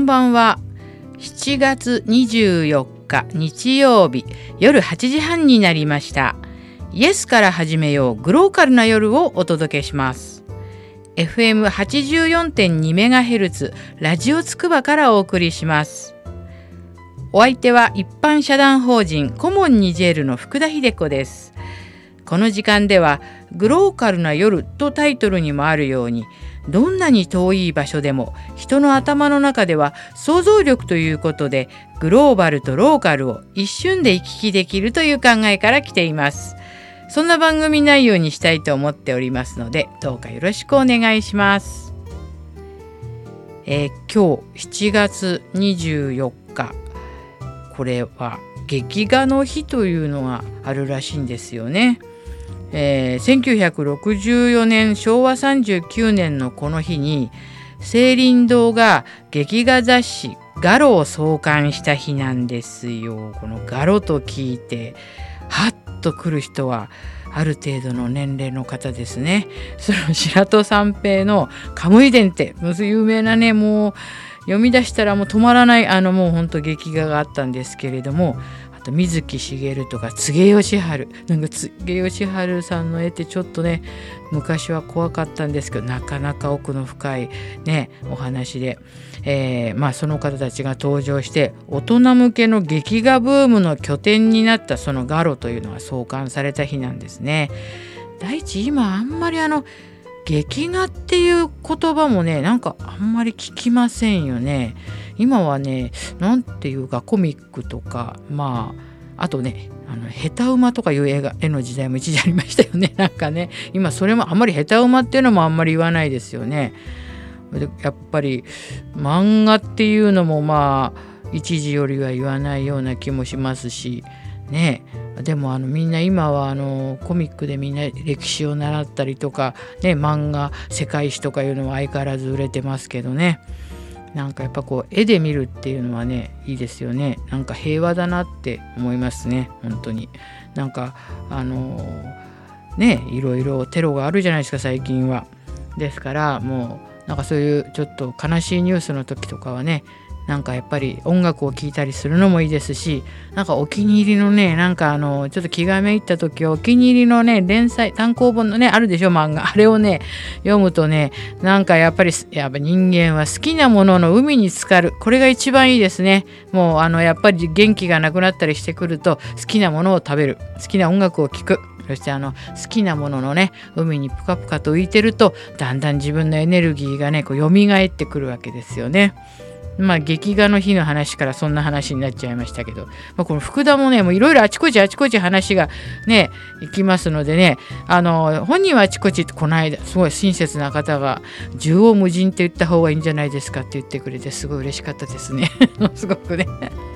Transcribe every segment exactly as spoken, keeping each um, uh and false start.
んばんは。しちがつにじゅうよっか日曜日夜はちじはんになりました。イエスから始めようグローカルな夜をお届けします。 エフエムはちじゅうよんてんにメガヘルツ ラジオつくばからお送りします。お相手は一般社団法人コモンニジェールの福田秀子です。この時間ではグローカルな夜とタイトルにもあるように、どんなに遠い場所でも人の頭の中では想像力ということで、グローバルとローカルを一瞬で行き来できるという考えから来ています。そんな番組内容にしたいと思っておりますので、どうかよろしくお願いします。えー、今日しちがつにじゅうよっか、これは劇画の日というのがあるらしいんですよね。えー、せんきゅうひゃくろくじゅうよねんしょうわさんじゅうきゅうねんのこの日に、青林堂が劇画雑誌ガロを創刊した日なんですよ。このガロと聞いてハッと来る人はある程度の年齢の方ですね。その白戸三平のカムイ伝って有名なね、もう読み出したらもう止まらない、あのもう本当劇画があったんですけれども、あと水木しげるとか柘植義治、なんか柘植義治さんの絵ってちょっとね、昔は怖かったんですけど、なかなか奥の深いねお話で、えー、まあその方たちが登場して大人向けの劇画ブームの拠点になったそのガロというのが創刊された日なんですね。第一、今あんまりあの劇画っていう言葉もね、なんかあんまり聞きませんよね。今はね、なんていうかコミックとか、まああとね、あの下手馬とかいう映画絵の時代も一時ありましたよね。なんかね、今それもあんまり下手馬っていうのもあんまり言わないですよね。やっぱり漫画っていうのもまあ一時よりは言わないような気もしますしね。でもあのみんな今はあのコミックでみんな歴史を習ったりとかね、漫画世界史とかいうのは相変わらず売れてますけどね。なんかやっぱこう絵で見るっていうのはね、いいですよね。なんか平和だなって思いますね、本当に。なんかあのね、いろいろテロがあるじゃないですか最近は。ですからもうなんかそういうちょっと悲しいニュースの時とかはね、なんかやっぱり音楽を聴いたりするのもいいですし、なんかお気に入りのね、なんかあのちょっと気がめいった時はお気に入りのね連載単行本のねあるでしょ、漫画、あれをね読むとね、なんかやっぱりやっぱ人間は好きなものの海に浸かる、これが一番いいですね。もうあのやっぱり元気がなくなったりしてくると、好きなものを食べる、好きな音楽を聴く、そしてあの好きなもののね海にぷかぷかと浮いてると、だんだん自分のエネルギーがねこう蘇ってくるわけですよね。まあ劇画の日の話からそんな話になっちゃいましたけど、まあ、この福田もねもういろいろあちこちあちこち話がねいきますのでね、あの本人はあちこちこの間すごい親切な方が縦横無尽って言った方がいいんじゃないですかって言ってくれて、すごい嬉しかったですねすごくね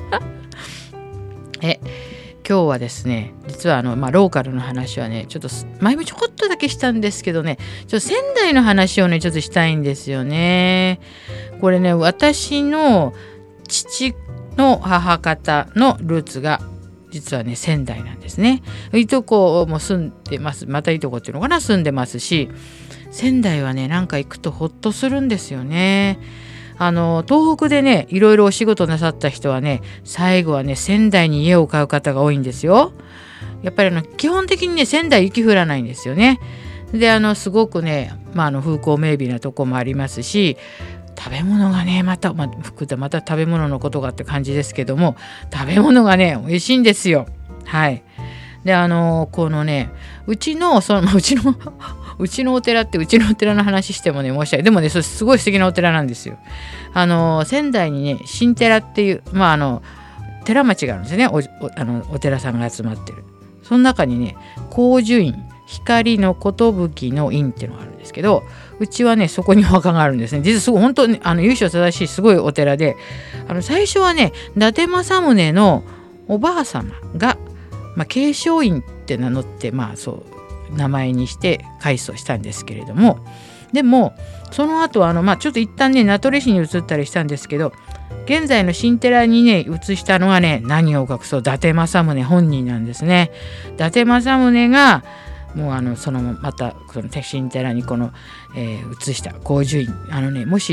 え今日はですね、実はあの、まあ、ローカルの話はねちょっと前もちょこっとだけしたんですけどね、ちょっと仙台の話をねちょっとしたいんですよね。これね、私の父の母方のルーツが実はね仙台なんですね。いとこも住んでます、またいとこっていうのかな、住んでますし、仙台はねなんか行くとほっとするんですよね。あの東北でねいろいろお仕事なさった人はね、最後はね仙台に家を買う方が多いんですよ。やっぱりあの基本的にね仙台雪降らないんですよね。であのすごくね、まあ、あの風光明媚なとこもありますし、食べ物がねまた、まあ、福田また食べ物のことがって感じですけども、食べ物がね美味しいんですよ。はい。であのこのねうちのその、まあ、うちのうちのお寺ってうちのお寺の話してもね申し訳ない。でもねそれすごい素敵なお寺なんですよ。あの仙台にね新寺っていう、まああの寺町があるんですよね。 お, お, あのお寺さんが集まってる。その中にね光寿院、光の寿の院っていうのがあるんですけど、うちはねそこにお墓があるんですね。実はすごい本当にあの由緒正しいすごいお寺で、あの最初はね伊達政宗のおばあ様が、まあ、慶祥院って名乗って、まあそう名前にして改装したんですけれども、でもその後はあの、まあ、ちょっと一旦ね名取市に移ったりしたんですけど、現在の新寺にね移したのがね、何を隠そう伊達政宗本人なんですね。伊達政宗がもうあのそのまたその新寺にこの、えー、移した光寿院、あのねもし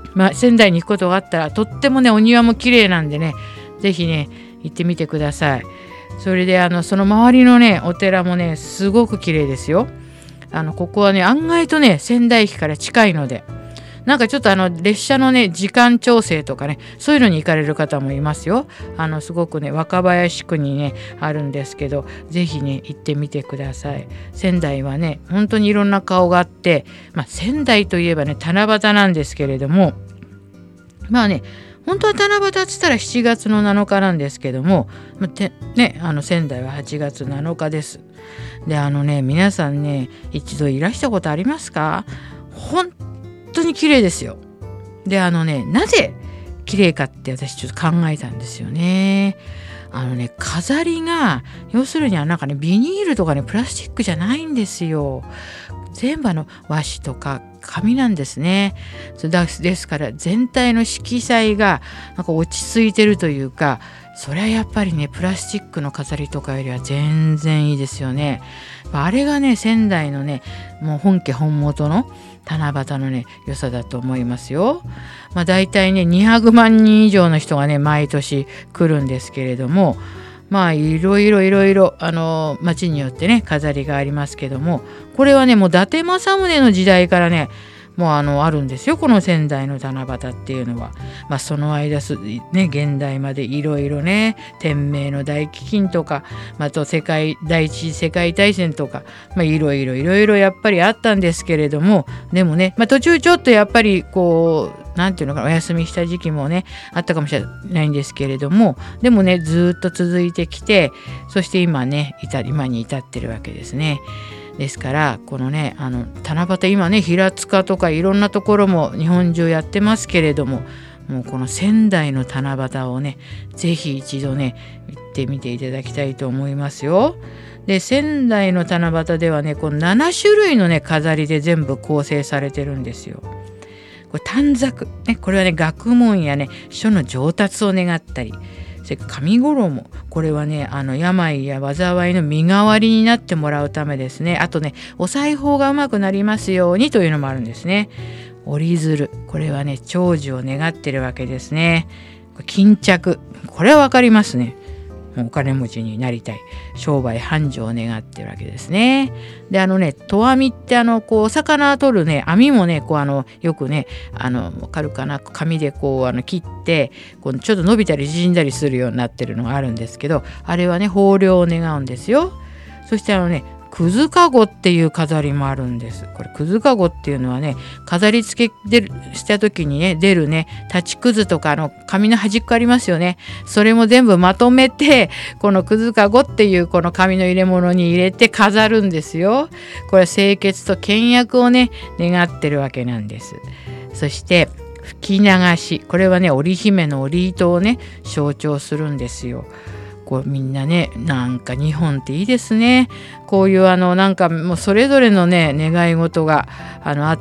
まあ、仙台に行くことがあったらとってもねお庭も綺麗なんでね、ぜひね行ってみてください。それであのその周りのねお寺もねすごく綺麗ですよ。あのここはね案外とね仙台駅から近いので、なんかちょっとあの列車のね時間調整とかねそういうのに行かれる方もいますよ。あのすごくね若林区にねあるんですけど、ぜひね行ってみてください。仙台はね本当にいろんな顔があって、まあ、仙台といえばね七夕なんですけれども、まあね本当は七夕って言ったらしちがつのなのかなんですけども、まあてね、あの仙台ははちがつなのかです。であのね皆さんね一度いらしたことありますか？本当に綺麗ですよ。であのねなぜ綺麗かって私ちょっと考えたんですよね。あのね飾りが要するにはなんかねビニールとかねプラスチックじゃないんですよ。全部あの和紙とか紙なんですね。それだですから全体の色彩がなんか落ち着いてるというか、それはやっぱりねプラスチックの飾りとかよりは全然いいですよね。あれがね仙台のねもう本家本元の七夕のね良さだと思いますよ。まあだいたいねにひゃくまんにん以上の人がね毎年来るんですけれども、まあいろいろいろいろあの町によってね飾りがありますけども、これはねもう伊達政宗の時代からねもうあのあるんですよ、この仙台の七夕っていうのは。まあその間すね現代までいろいろね天明の大飢饉とか、まあ、と世界第一次世界大戦とか、まあいろいろいろいろやっぱりあったんですけれども、でもね、まあ、途中ちょっとやっぱりこうなんていうのかなお休みした時期もねあったかもしれないんですけれども、でもねずっと続いてきて、そして今ね至今に至ってるわけですね。ですからこのねあの七夕今ね平塚とかいろんなところも日本中やってますけれども、もうこの仙台の七夕をねぜひ一度ね行ってみていただきたいと思いますよ。で仙台の七夕ではねこのななしゅるいのね飾りで全部構成されてるんですよ。これ短冊、ね、これはね学問やね書の上達を願ったり、それから上衣、これはねあの病や災いの身代わりになってもらうためですね。あとねお裁縫がうまくなりますようにというのもあるんですね。折り鶴、これはね長寿を願ってるわけですね。巾着、これはわかりますね。お金持ちになりたい、商売繁盛を願ってるわけですね。であのねと網ってあのこうお魚取るね網もねこうあのよくねあのわかるかな、紙でこうあの切ってこうちょっと伸びたり縮んだりするようになってるのがあるんですけど、あれはね豊漁を願うんですよ。そしてあのねくずかごっていう飾りもあるんです。これくずかごっていうのはね飾り付けでした時にね出るね立ちくずとかあの紙の端っこありますよね。それも全部まとめてこのくずかごっていうこの紙の入れ物に入れて飾るんですよ。これは清潔と倹約をね願ってるわけなんです。そして吹き流し、これはね織姫の織糸をね象徴するんですよ。こうみんなねなんか日本っていいですね。こういうあのなんかもうそれぞれのね願い事があのあって、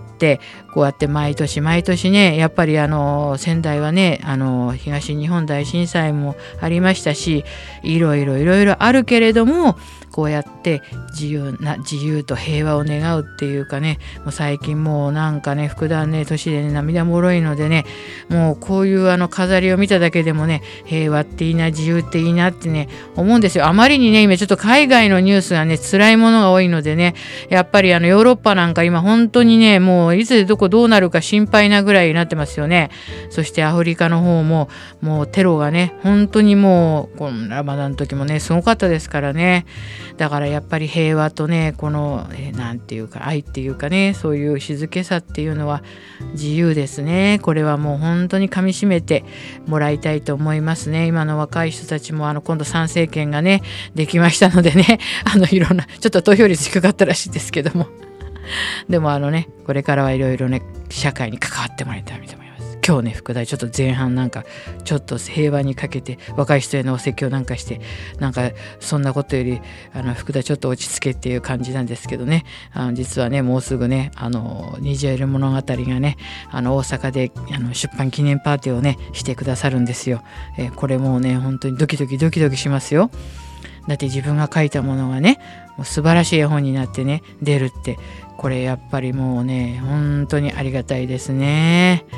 こうやって毎年毎年ねやっぱりあの仙台はねあの東日本大震災もありましたし、いろいろいろいろあるけれども、こうやって自由な自由と平和を願うっていうかね、もう最近もうなんかね福田ね年でね涙もろいのでね、もうこういうあの飾りを見ただけでもね平和っていいな自由っていいなってね思うんですよ。あまりにね今ちょっと海外のニュースがね辛いものが多いのでね、やっぱりあのヨーロッパなんか今本当にねもういつでどこどうなるか心配なぐらいになってますよね。そしてアフリカの方ももうテロがね本当にもうこのラマダンの時もねすごかったですからね。だからやっぱり平和とねこのえなんていうか愛っていうかね、そういう静けさっていうのは自由ですね。これはもう本当にかみしめてもらいたいと思いますね。今の若い人たちもあの今度参政権がねできましたのでね、あのいろんなちょっと投票率低かったらしいですけどもでもあのねこれからはいろいろね社会に関わってもらいたいと思います。今日ね副題ちょっと前半なんかちょっと平和にかけて若い人へのお説教なんかして、なんかそんなことよりあの副題ちょっと落ち着けっていう感じなんですけどね、あの実はねもうすぐねあの虹色物語がねあの大阪であの出版記念パーティーをねしてくださるんですよ。えー、これもうね本当にドキドキドキドキしますよ。だって自分が書いたものがねもう素晴らしい絵本になってね出るって、これやっぱりもうね本当にありがたいですね。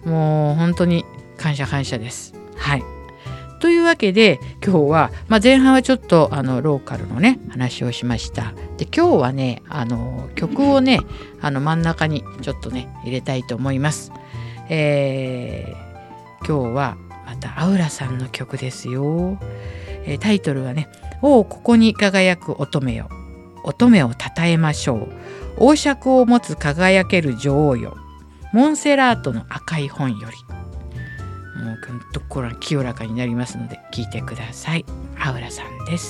もう本当に感謝感謝です。はい。というわけで今日は、まあ、前半はちょっとあのローカルのね話をしました。で今日はねあの曲をねあの真ん中にちょっとね入れたいと思います。えー、今日はまたアウラさんの曲ですよ。えー、タイトルはね「おおここに輝く乙女よ乙女をたたえましょう王爵を持つ輝ける女王よモンセラートの赤い本より」。もうぐんとこれは清らかになりますので聞いてください。アウラさんです。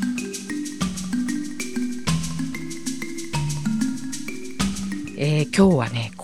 えー、今日はね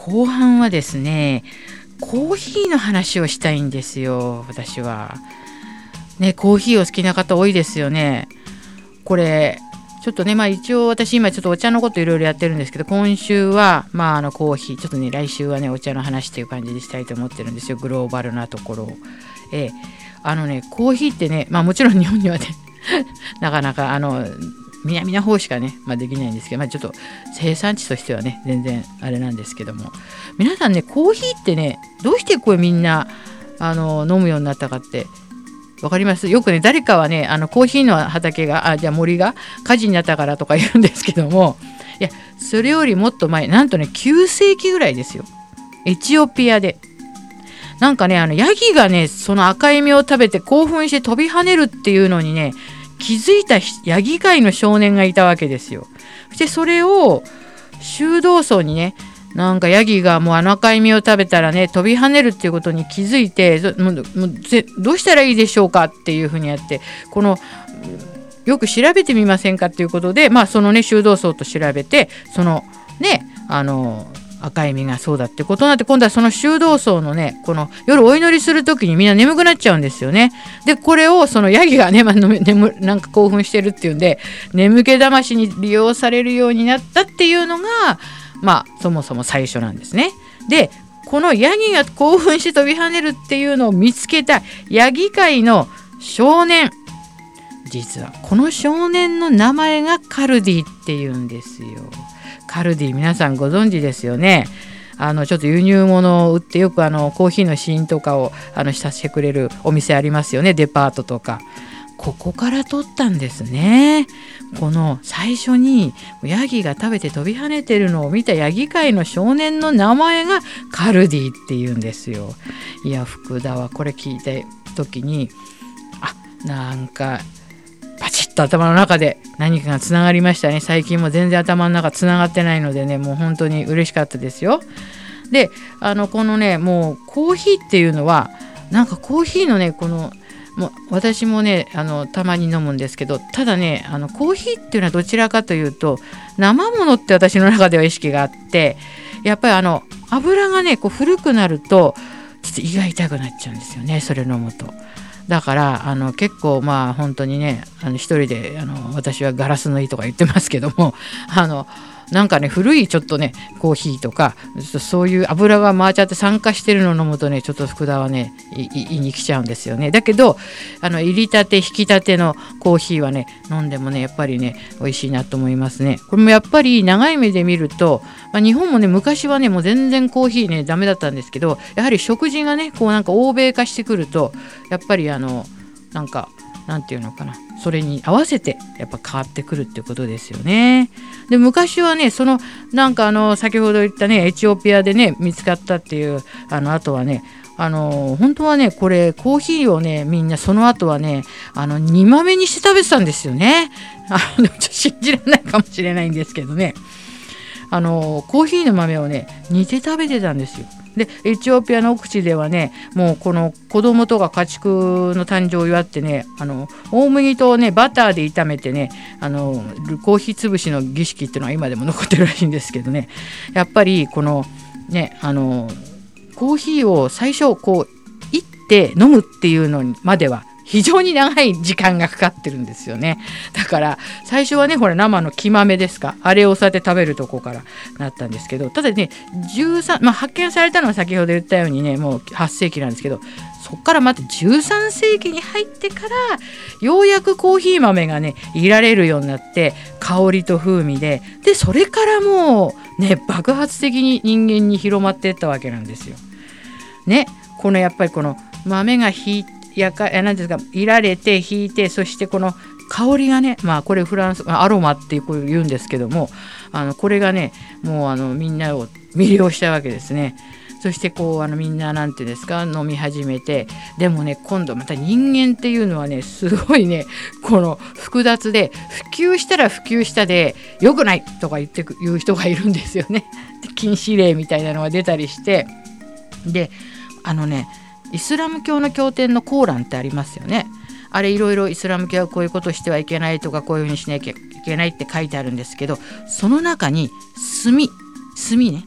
後半はですねコーヒーの話をしたいんですよ。私はねコーヒーを好きな方多いですよね。これちょっとねまあ一応私今ちょっとお茶のこといろいろやってるんですけど、今週はまああのコーヒーちょっとね来週はねお茶の話っていう感じにしたいと思ってるんですよ、グローバルなところを。ええ、あのねコーヒーってねまあもちろん日本にはねなかなかあの南の方しかね、まあ、できないんですけど、まあ、ちょっと生産地としてはね全然あれなんですけども、皆さんねコーヒーってねどうしてこれみんなあの飲むようになったかってわかります？よくね誰かはねあのコーヒーの畑があじゃあ森が火事になったからとか言うんですけども、いやそれよりもっと前、なんとねきゅうせいきぐらいですよ、エチオピアで。なんかねあのヤギがねその赤い実を食べて興奮して飛び跳ねるっていうのにね気づいたヤギ界の少年がいたわけですよ。そしてそれを修道僧にねなんかヤギがもうあの赤い実を食べたらね飛び跳ねるっていうことに気づいて、もうもうどうしたらいいでしょうかっていうふうにやって、このよく調べてみませんかっていうことで、まあそのね修道僧と調べて、そのねあの赤い実がそうだってことになって、今度はその修道僧のねこの夜お祈りする時にみんな眠くなっちゃうんですよね。でこれをそのヤギがね、まあ、眠なんか興奮してるっていうんで眠気覚ましに利用されるようになったっていうのがまあそもそも最初なんですね。でこのヤギが興奮して飛び跳ねるっていうのを見つけたヤギ界の少年、実はこの少年の名前がカルディっていうんですよ。カルディ皆さんご存知ですよね。あのちょっと輸入物を売ってよくあのコーヒーの試飲とかをあのさせてくれるお店ありますよね、デパートとか。ここから取ったんですね。この最初にヤギが食べて飛び跳ねてるのを見たヤギ界の少年の名前がカルディっていうんですよ。いや福田はこれ聞いた時にあなんかパチッと頭の中で何かがつながりましたね。最近も全然頭の中つながってないのでねもう本当に嬉しかったですよ。であのこのねもうコーヒーっていうのはなんかコーヒーのねこのもう私もねあのたまに飲むんですけど、ただねあのコーヒーっていうのはどちらかというと生ものって私の中では意識があって、やっぱりあの油がねこう古くなるとちょっと胃が痛くなっちゃうんですよね、それ飲むと。だからあの結構まあ本当にねあの一人であの私はガラスの胃とか言ってますけども、あのなんかね古いちょっとねコーヒーとかそういう油が回っちゃって酸化してるのを飲むとねちょっと福田はね胃に来ちゃうんですよね。だけどあの入りたて引きたてのコーヒーはね飲んでもねやっぱりね美味しいなと思いますね。これもやっぱり長い目で見ると、まあ、日本もね昔はねもう全然コーヒーねダメだったんですけど、やはり食事がねこうなんか欧米化してくるとやっぱりあのなんかなんていうのかな、それに合わせてやっぱ変わってくるってことですよね。で昔はねそのなんかあの先ほど言ったねエチオピアでね見つかったっていうあの後はねあの本当はねこれコーヒーをねみんなその後はねあの煮豆にして食べてたんですよね。あのちょっと信じられないかもしれないんですけどね、あのコーヒーの豆をね煮て食べてたんですよ。でエチオピアの奥地ではねもうこの子供とか家畜の誕生を祝ってねあの大麦とねバターで炒めてねあのコーヒー潰しの儀式っていうのは今でも残ってるらしいんですけどね、やっぱりこのねあのコーヒーを最初こういって飲むっていうのまでは非常に長い時間がかかってるんですよね。だから最初はねこれ生の木豆ですか、あれをそうやって食べるとこからなったんですけど、ただねじゅうさん、まあ、発見されたのは先ほど言ったようにねもうはっせいきなんですけど、そこからまたじゅうさんせいきに入ってからようやくコーヒー豆がねいられるようになって香りと風味ででそれからもうね爆発的に人間に広まっていったわけなんですよ。ねこのやっぱりこの豆がひいやかなんですかいられて引いて、そしてこの香りがねまあこれフランスアロマってこう言うんですけども、あのこれがねもうあのみんなを魅了したわけですね。そしてこうあのみんななんていうんですか飲み始めて、でもね今度また人間っていうのはねすごいねこの複雑で、普及したら普及したで良くないとか言って言う人がいるんですよね。禁止令みたいなのが出たりして、であのねイスラム教の経典のコーランってありますよね。あれいろいろイスラム教はこういうことしてはいけないとかこういうふうにしなきゃいけないって書いてあるんですけど、その中に炭炭ね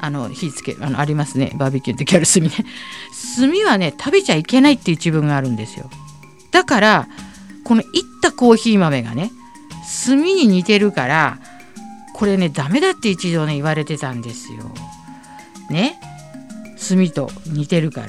あの火つけあのありますね、バーベキューの時ある炭ね。炭はね食べちゃいけないっていう一文があるんですよ。だからこのいったコーヒー豆がね炭に似てるからこれねダメだって一度ね言われてたんですよね。炭と似てるからって。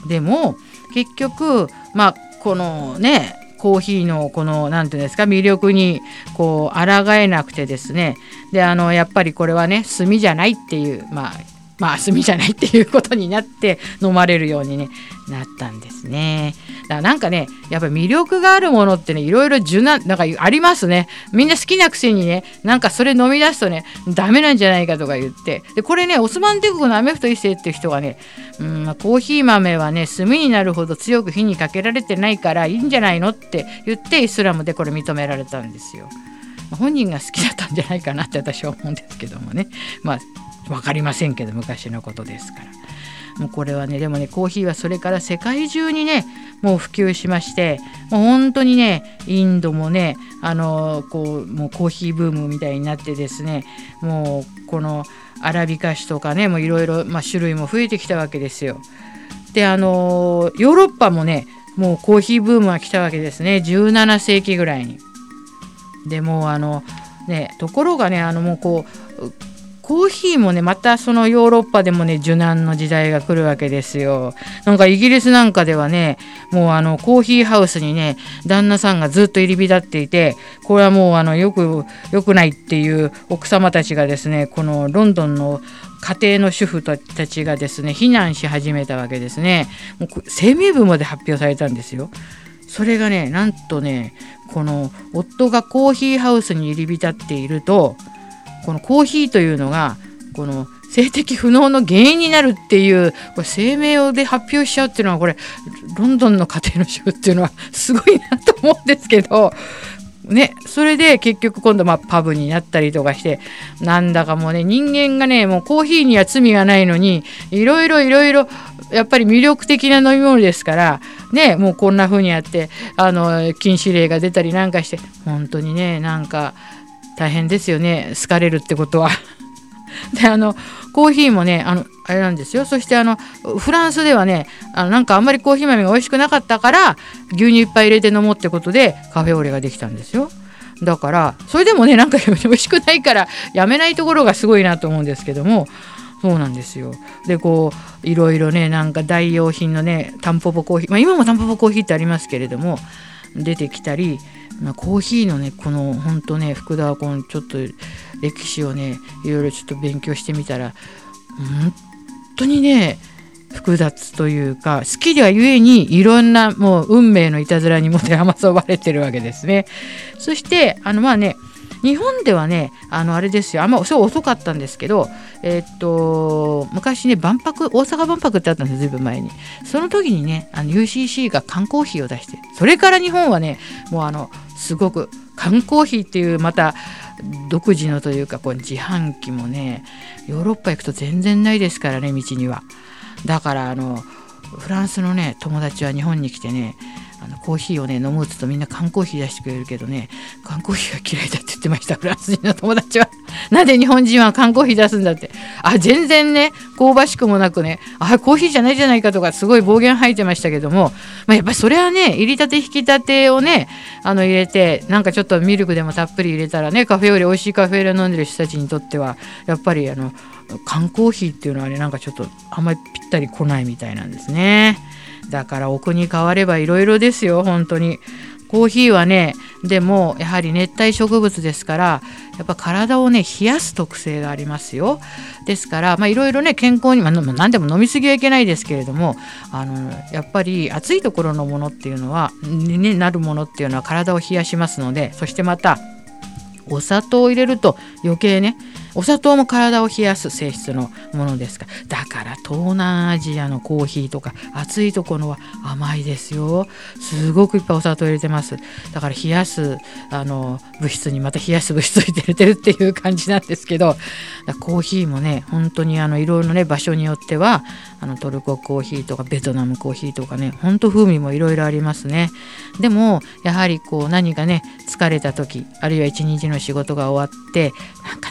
でも結局まあこのねコーヒーのこのなんていうんですか魅力にこう抗えなくてですね、であのやっぱりこれはね炭じゃないっていうまあまあ炭じゃないっていうことになって飲まれるように、ね、なったんですね。だからなんかねやっぱり魅力があるものってねいろいろ柔軟なんかありますね。みんな好きなくせにねなんかそれ飲み出すとねダメなんじゃないかとか言って、でこれねオスマン帝国のアメフト一世っていう人がね、うんまあ、コーヒー豆はね炭になるほど強く火にかけられてないからいいんじゃないのって言ってイスラムでこれ認められたんですよ。本人が好きだったんじゃないかなって私は思うんですけどもね、まあ分かりませんけど昔のことですから。もうこれはねでもねコーヒーはそれから世界中にねもう普及しまして、もう本当にねインドもねあのこうもうコーヒーブームみたいになってですね、もうこのアラビカ種とかねもういろいろ種類も増えてきたわけですよ。であのヨーロッパもねもうコーヒーブームが来たわけですね、じゅうななせいきぐらいに。でもうあのねところがねあのもうこうコーヒーもねまたそのヨーロッパでもね受難の時代が来るわけですよ。なんかイギリスなんかではねもうあのコーヒーハウスにね旦那さんがずっと入り浸っていて、これはもうあのよくよくないっていう奥様たちがですねこのロンドンの家庭の主婦たちがですね避難し始めたわけですね。もう声明文まで発表されたんですよ。それがねなんとねこの夫がコーヒーハウスに入り浸っているとこのコーヒーというのがこの性的不能の原因になるっていうこれ声明で発表しちゃうっていうのはこれロンドンの家庭の主婦っていうのはすごいなと思うんですけどね、それで結局今度まあパブになったりとかしてなんだかもうね人間がねもうコーヒーには罪がないのにいろいろいろいろやっぱり魅力的な飲み物ですからね、もうこんな風にやってあの禁止令が出たりなんかして本当にねなんか大変ですよね好かれるってことは。であのコーヒーもねあのあれなんですよ。そしてあのフランスではねあのなんかあんまりコーヒー豆が美味しくなかったから牛乳いっぱい入れて飲もうってことでカフェオレができたんですよ。だからそれでもねなんか美味しくないからやめないところがすごいなと思うんですけども、そうなんですよ。でこういろいろねなんか代用品のねタンポポコーヒー、まあ、今もタンポポコーヒーってありますけれども出てきたり、まあ、コーヒーのねこの本当ね福田はこのちょっと歴史をねいろいろちょっと勉強してみたら本当にね複雑というか好きではゆえにいろんなもう運命のいたずらにもてあまそばれてるわけですね。そしてあのまあね日本ではねあのあれですよあんまそう遅かったんですけど、えー、っと昔ね万博大阪万博ってあったんですよずいぶん前に。その時にねあの ユーシーシー が缶コーヒーを出して、それから日本はねもうあのすごく缶コーヒーっていうまた独自のというかこう自販機もねヨーロッパ行くと全然ないですからね道には。だからあのフランスのね友達は日本に来てねあのコーヒーをね飲むとみんな缶コーヒー出してくれるけどね缶コーヒーが嫌いだって言ってましたフランス人の友達は。なんで日本人は缶コーヒー出すんだって。あ全然ね香ばしくもなくねあコーヒーじゃないじゃないかとかすごい暴言吐いてましたけども、まあ、やっぱりそれはね入りたて引きたてをねあの入れてなんかちょっとミルクでもたっぷり入れたらねカフェより美味しいカフェオレ飲んでる人たちにとってはやっぱりあの缶コーヒーっていうのはねなんかちょっとあんまりぴったり来ないみたいなんですね。だからお国変わればいろいろですよ本当に。コーヒーはねでもやはり熱帯植物ですからやっぱ体をね冷やす特性がありますよ。ですからまあいろいろね健康に、まあ、何でも飲み過ぎはいけないですけれどもあのやっぱり暑いところのものっていうのはに、ね、なるものっていうのは体を冷やしますので、そしてまたお砂糖を入れると余計ねお砂糖も体を冷やす性質のものですから、だから東南アジアのコーヒーとか暑いところは甘いですよ。すごくいっぱいお砂糖入れてます。だから冷やすあの物質にまた冷やす物質を入れてるっていう感じなんですけど、コーヒーもね本当にあのいろいろね場所によってはあのトルココーヒーとかベトナムコーヒーとかね本当風味もいろいろありますね。でもやはりこう何かね疲れた時あるいは一日の仕事が終わってなんかね好き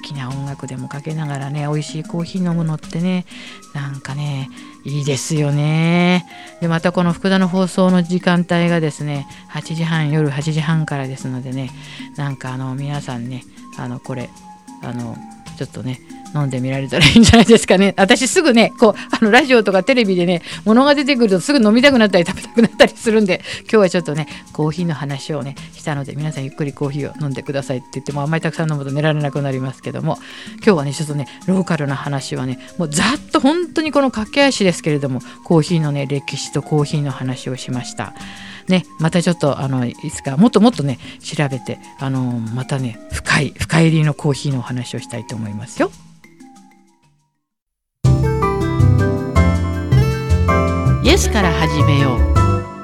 きな音楽でもかけながらね、美味しいコーヒー飲むのってね、なんかねいいですよね。でまたこの福田の放送の時間帯がですねはちじはん、夜はちじはんからですのでね、なんかあの皆さんね、あのこれあのちょっとね飲んでみられたらいいんじゃないですかね。私すぐねこうあのラジオとかテレビでね物が出てくるとすぐ飲みたくなったり食べたくなったりするんで、今日はちょっとねコーヒーの話をねしたので、皆さんゆっくりコーヒーを飲んでくださいって言ってもあんまりたくさん飲むと寝られなくなりますけども、今日はねちょっとねローカルな話はねもうざっと本当にこの駆け足ですけれども、コーヒーのね歴史とコーヒーの話をしましたね。またちょっとあのいつかもっともっとね調べて、あのまたね深い深入りのコーヒーのお話をしたいと思いますよ。イエスから始めよう。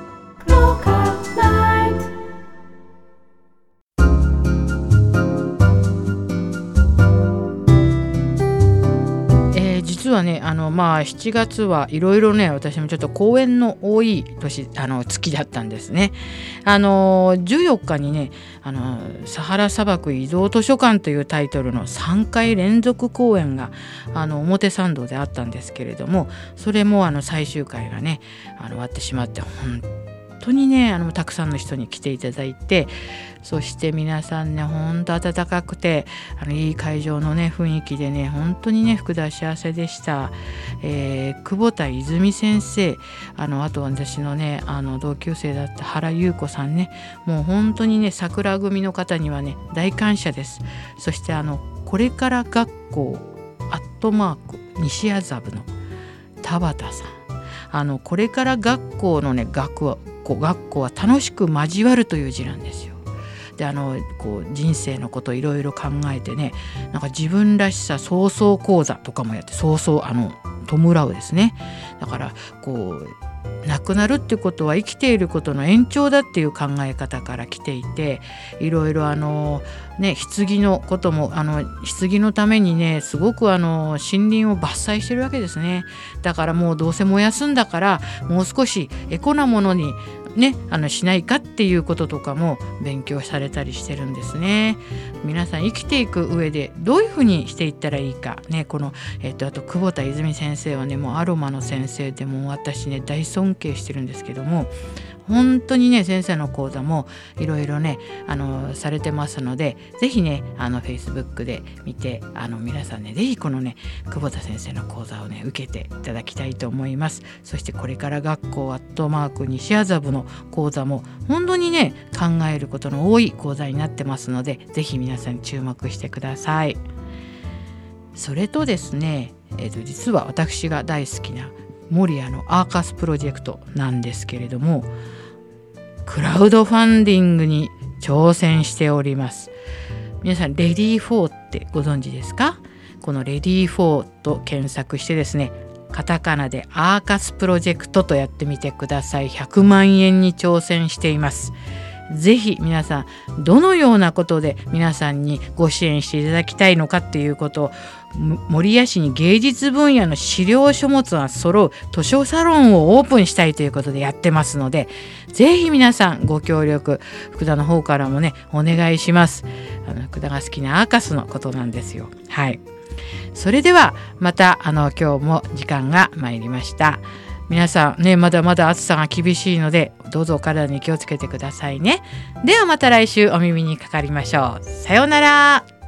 実はねあのまあしちがつはいろいろね、私もちょっと公演の多い年あの月だったんですね。あのじゅうよっかにねあのサハラ砂漠移動図書館というタイトルのさんかい連続公演があの表参道であったんですけれども、それもあの最終回がねあの終わってしまって、本当にねあのたくさんの人に来ていただいて、そして皆さんね本当温かくてあのいい会場のね雰囲気でね、本当にね福田幸せでした。えー、久保田泉先生、あのあと私のねあの同級生だった原優子さんね、もう本当にね桜組の方にはね大感謝です。そしてあのこれから学校アットマーク西麻布の田畑さん、あのこれから学校のね学は学校は楽しく交わるという字なんですよ。であのこう人生のことをいろいろ考えてね、なんか自分らしさ創造講座とかもやって、創造あの弔うですね。だからこう亡くなるってことは生きていることの延長だっていう考え方から来ていて、いろいろあのね棺のこともあの棺のためにねすごくあの森林を伐採してるわけですね。だからもうどうせ燃やすんだからもう少しエコなものにね、あのしないかっていうこととかも勉強されたりしてるんですね。皆さん生きていく上でどういうふうにしていったらいいかね、この、えっと、あと久保田泉先生はねもうアロマの先生でも私ね大尊敬してるんですけども、本当にね先生の講座もいろいろねあのされてますので、ぜひねあの Facebook で見て、あの皆さんねぜひこのね久保田先生の講座をね受けていただきたいと思います。そしてこれから学校アットマーク西麻布の講座も本当にね考えることの多い講座になってますので、ぜひ皆さん注目してください。それとですね、えーと、実は私が大好きな守谷のアーカスプロジェクトなんですけれども、クラウドファンディングに挑戦しております。皆さんレディーフォーってご存知ですか？このレディーフォーと検索してですね、カタカナでアーカスプロジェクトとやってみてください。ひゃくまんえんに挑戦しています。ぜひ皆さんどのようなことで皆さんにご支援していただきたいのかっていうことを、守谷市に芸術分野の資料書物が揃う図書サロンをオープンしたいということでやってますので、ぜひ皆さんご協力福田の方からもねお願いします。あの福田が好きなアーカスのことなんですよ。はい、それではまたあの今日も時間が参りました。皆さんねまだまだ暑さが厳しいのでどうぞお体に気をつけてくださいね。ではまた来週お耳にかかりましょう。さようなら。